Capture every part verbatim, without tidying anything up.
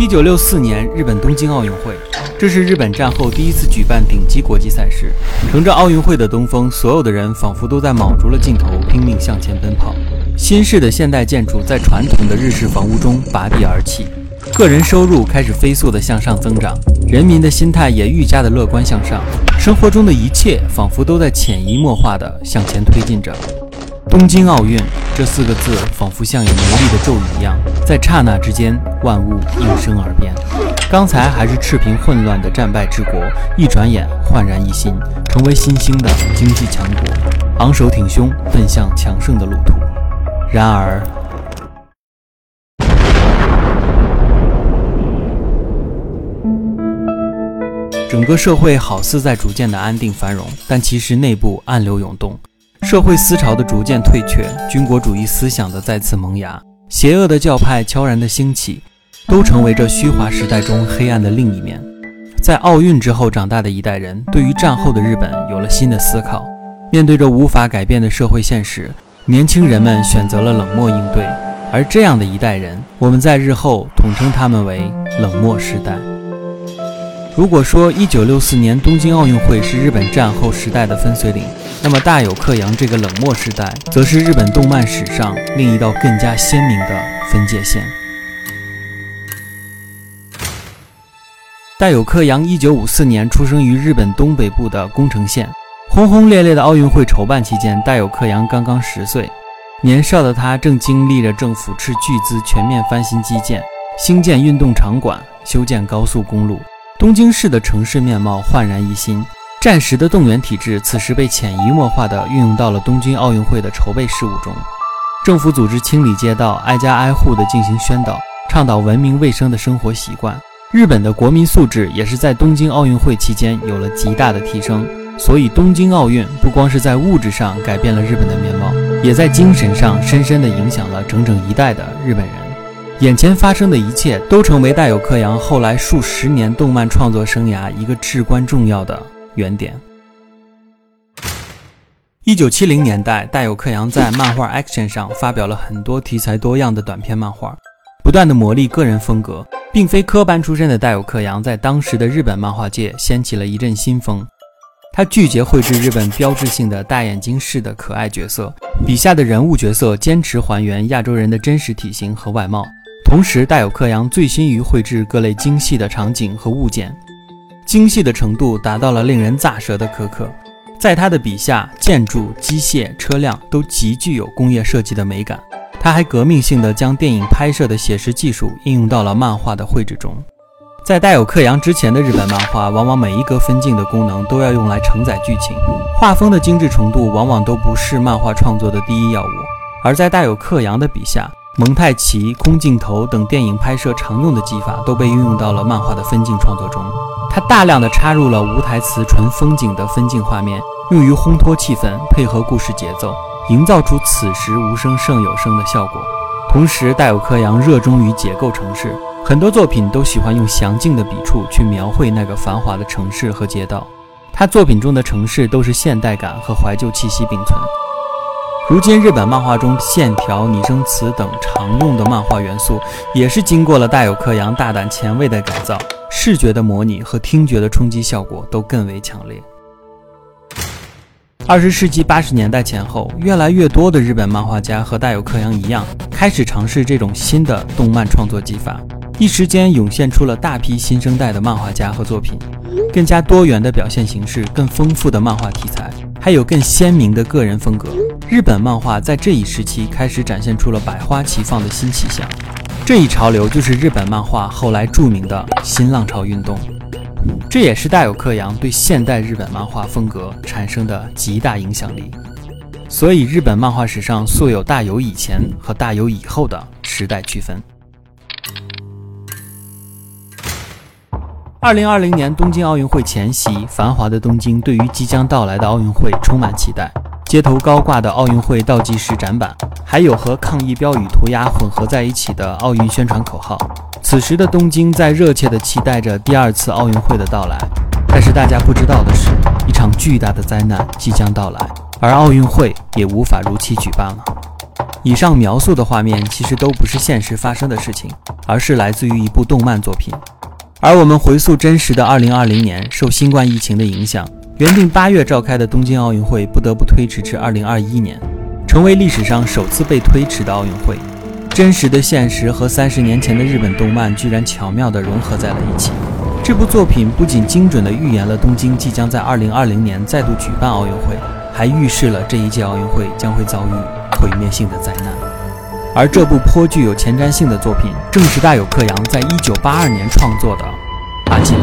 九六四年日本东京奥运会，这是日本战后第一次举办顶级国际赛事。乘着奥运会的东风，所有的人仿佛都在卯足了劲头，拼命向前奔跑。新式的现代建筑在传统的日式房屋中拔地而起，个人收入开始飞速的向上增长，人民的心态也愈加的乐观向上，生活中的一切仿佛都在潜移默化的向前推进着。东京奥运这四个字仿佛像有魔力的咒语一样，在刹那之间万物应声而变。刚才还是赤贫混乱的战败之国，一转眼焕然一新，成为新兴的经济强国，昂首挺胸奔向强盛的路途。然而整个社会好似在逐渐的安定繁荣，但其实内部暗流涌动，社会思潮的逐渐退却，军国主义思想的再次萌芽，邪恶的教派悄然的兴起，都成为这虚华时代中黑暗的另一面。在奥运之后长大的一代人，对于战后的日本有了新的思考。面对着无法改变的社会现实，年轻人们选择了冷漠应对，而这样的一代人，我们在日后统称他们为冷漠时代。如果说一九六四年东京奥运会是日本战后时代的分水岭，那么大有克洋这个冷漠时代，则是日本动漫史上另一道更加鲜明的分界线。大有克洋一九五四年出生于日本东北部的宫城县。轰轰烈烈的奥运会筹办期间，大有克洋刚刚十岁，年少的他正经历着政府斥巨资全面翻新基建，兴建运动场馆，修建高速公路。东京市的城市面貌焕然一新，战时的动员体制此时被潜移默化地运用到了东京奥运会的筹备事务中。政府组织清理街道，挨家挨户地进行宣导，倡导文明卫生的生活习惯。日本的国民素质也是在东京奥运会期间有了极大的提升，所以东京奥运不光是在物质上改变了日本的面貌，也在精神上深深地影响了整整一代的日本人。眼前发生的一切都成为大有克洋后来数十年动漫创作生涯一个至关重要的原点。一九七零年代，大有克洋在漫画 Action 上发表了很多题材多样的短篇漫画，不断地磨砺个人风格。并非科班出身的大有克洋在当时的日本漫画界掀起了一阵新风。他拒绝绘制日本标志性的大眼睛式的可爱角色，笔下的人物角色坚持还原亚洲人的真实体型和外貌。同时，大有克洋醉心于绘制各类精细的场景和物件，精细的程度达到了令人咋舌的苛刻。在他的笔下，建筑、机械、车辆都极具有工业设计的美感。他还革命性地将电影拍摄的写实技术应用到了漫画的绘制中。在大有克洋之前的日本漫画，往往每一格分镜的功能都要用来承载剧情，画风的精致程度往往都不是漫画创作的第一要务。而在大有克洋的笔下，蒙太奇、空镜头等电影拍摄常用的技法都被运用到了漫画的分镜创作中。他大量地插入了无台词纯风景的分镜画面，用于烘托气氛，配合故事节奏，营造出此时无声胜有声的效果。同时，大有克洋热衷于解构城市，很多作品都喜欢用详尽的笔触去描绘那个繁华的城市和街道。他作品中的城市都是现代感和怀旧气息并存。如今日本漫画中线条、拟声词等常用的漫画元素，也是经过了大有克洋大胆前卫的改造，视觉的模拟和听觉的冲击效果都更为强烈。二十世纪八十年代前后，越来越多的日本漫画家和大有克洋一样，开始尝试这种新的动漫创作技法，一时间涌现出了大批新生代的漫画家和作品，更加多元的表现形式，更丰富的漫画题材，还有更鲜明的个人风格。日本漫画在这一时期开始展现出了百花齐放的新气象，这一潮流就是日本漫画后来著名的新浪潮运动。这也是大有克洋对现代日本漫画风格产生的极大影响力。所以日本漫画史上素有大有以前和大有以后的时代区分。二零二零年东京奥运会前夕，繁华的东京对于即将到来的奥运会充满期待。街头高挂的奥运会倒计时展板，还有和抗议标语涂鸦混合在一起的奥运宣传口号。此时的东京在热切地期待着第二次奥运会的到来，但是大家不知道的是，一场巨大的灾难即将到来，而奥运会也无法如期举办了。 以上描述的画面其实都不是现实发生的事情，而是来自于一部动漫作品。而我们回溯真实的二零二零年，受新冠疫情的影响，原定八月召开的东京奥运会不得不推迟至二零二一年，成为历史上首次被推迟的奥运会。真实的现实和三十年前的日本动漫居然巧妙地融合在了一起。这部作品不仅精准地预言了东京即将在二零二零年再度举办奥运会，还预示了这一届奥运会将会遭遇毁灭性的灾难。而这部颇具有前瞻性的作品，正是大友克洋在一九八二年创作的《阿基拉》。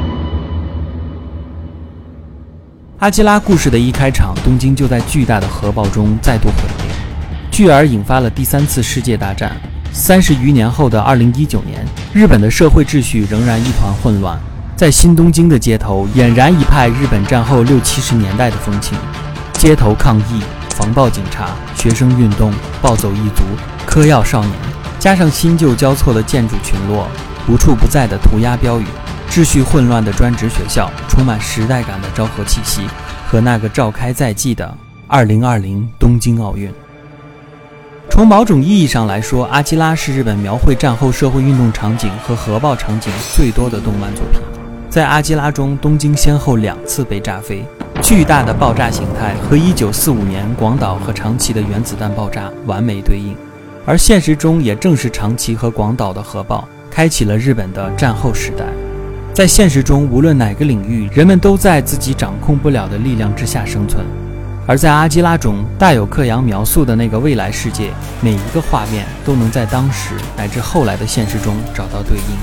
阿基拉故事的一开场，东京就在巨大的核爆中再度毁灭，继而引发了第三次世界大战。三十余年后的二零一九年，日本的社会秩序仍然一团混乱，在新东京的街头俨然一派日本战后六七十年代的风情，街头抗议、防暴警察、学生运动、暴走一族、嗑药少年，加上新旧交错的建筑群落、无处不在的涂鸦标语，秩序混乱的专职学校，充满时代感的昭和气息，和那个召开在即的二零二零东京奥运。从某种意义上来说，阿基拉是日本描绘战后社会运动场景和核爆场景最多的动漫作品。在阿基拉中，东京先后两次被炸飞，巨大的爆炸形态和一九四五年广岛和长崎的原子弹爆炸完美对应。而现实中也正是长崎和广岛的核爆开启了日本的战后时代。在现实中，无论哪个领域，人们都在自己掌控不了的力量之下生存。而在阿基拉中，大友克洋描述的那个未来世界，每一个画面都能在当时乃至后来的现实中找到对应。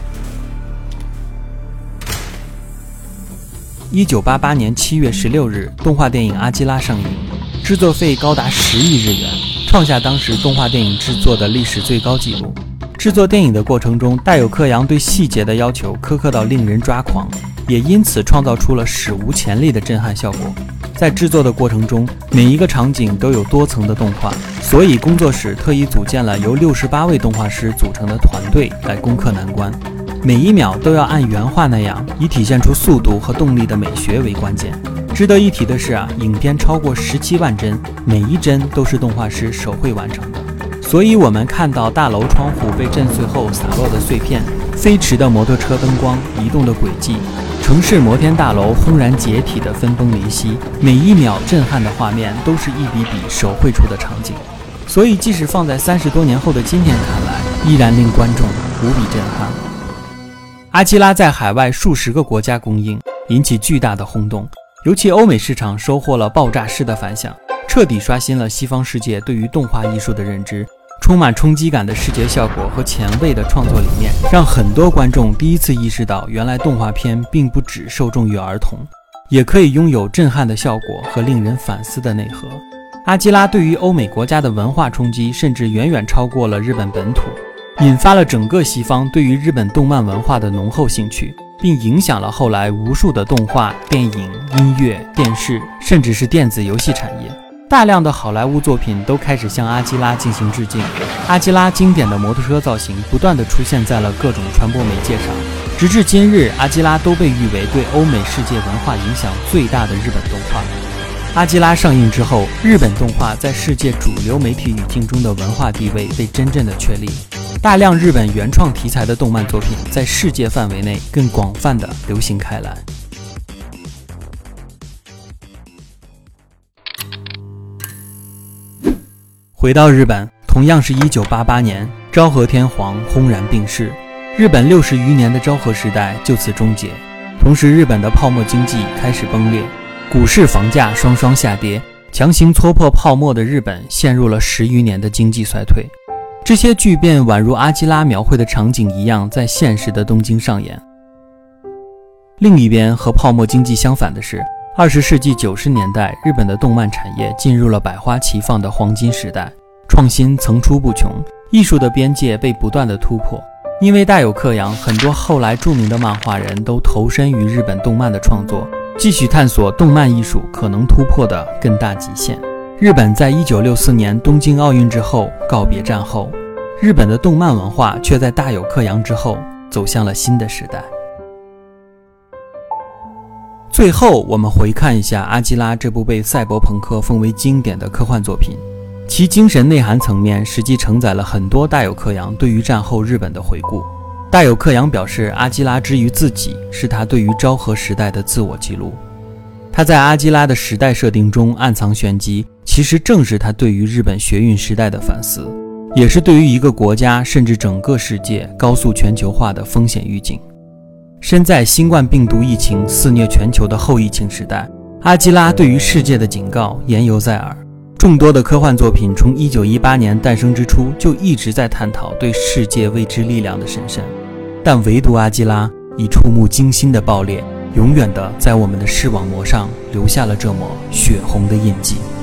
一九八八年七月十六日，动画电影《阿基拉》上映，制作费高达十亿日元，创下当时动画电影制作的历史最高纪录。制作电影的过程中，大友克洋对细节的要求苛刻到令人抓狂，也因此创造出了史无前例的震撼效果。在制作的过程中，每一个场景都有多层的动画，所以工作室特意组建了由六十八位动画师组成的团队来攻克难关。每一秒都要按原画那样，以体现出速度和动力的美学为关键。值得一提的是啊，影片超过十七万帧，每一帧都是动画师手绘完成的。所以我们看到大楼窗户被震碎后洒落的碎片，飞驰的摩托车灯光移动的轨迹，城市摩天大楼轰然解体的分崩离析，每一秒震撼的画面都是一笔笔手绘出的场景。所以即使放在三十多年后的今天看来，依然令观众无比震撼。阿基拉在海外数十个国家公映，引起巨大的轰动，尤其欧美市场收获了爆炸式的反响，彻底刷新了西方世界对于动画艺术的认知。充满冲击感的视觉效果和前卫的创作理念，让很多观众第一次意识到，原来动画片并不只受众于儿童，也可以拥有震撼的效果和令人反思的内核。阿基拉对于欧美国家的文化冲击，甚至远远超过了日本本土，引发了整个西方对于日本动漫文化的浓厚兴趣，并影响了后来无数的动画、电影、音乐、电视，甚至是电子游戏产业。大量的好莱坞作品都开始向阿基拉进行致敬，阿基拉经典的摩托车造型不断地出现在了各种传播媒介上，直至今日，阿基拉都被誉为对欧美世界文化影响最大的日本动画。阿基拉上映之后，日本动画在世界主流媒体语境中的文化地位被真正的确立，大量日本原创题材的动漫作品在世界范围内更广泛地流行开来。回到日本，同样是一九八八年，昭和天皇轰然病逝，日本六十余年的昭和时代就此终结。同时，日本的泡沫经济开始崩裂，股市房价双双下跌，强行戳破泡沫的日本陷入了十余年的经济衰退。这些巨变宛如阿基拉描绘的场景一样，在现实的东京上演。另一边，和泡沫经济相反的是，二十世纪九十年代，日本的动漫产业进入了百花齐放的黄金时代，创新层出不穷，艺术的边界被不断的突破。因为大有克洋，很多后来著名的漫画人都投身于日本动漫的创作，继续探索动漫艺术可能突破的更大极限。日本在一九六四年东京奥运之后告别战后，日本的动漫文化却在大有克洋之后走向了新的时代。最后，我们回看一下《阿基拉》这部被赛博朋克奉为经典的科幻作品。 其精神内涵层面实际承载了很多大友克洋对于战后日本的回顾。大友克洋表示，阿基拉之于自己是他对于昭和时代的自我记录。他在阿基拉的时代设定中暗藏玄机，其实正是他对于日本学运时代的反思，也是对于一个国家甚至整个世界高速全球化的风险预警。身在新冠病毒疫情肆虐全球的后疫情时代，阿基拉对于世界的警告言犹在耳。众多的科幻作品从一九一八年诞生之初就一直在探讨对世界未知力量的审慎，但唯独阿基拉以触目惊心的爆裂，永远的在我们的视网膜上留下了这抹血红的印记。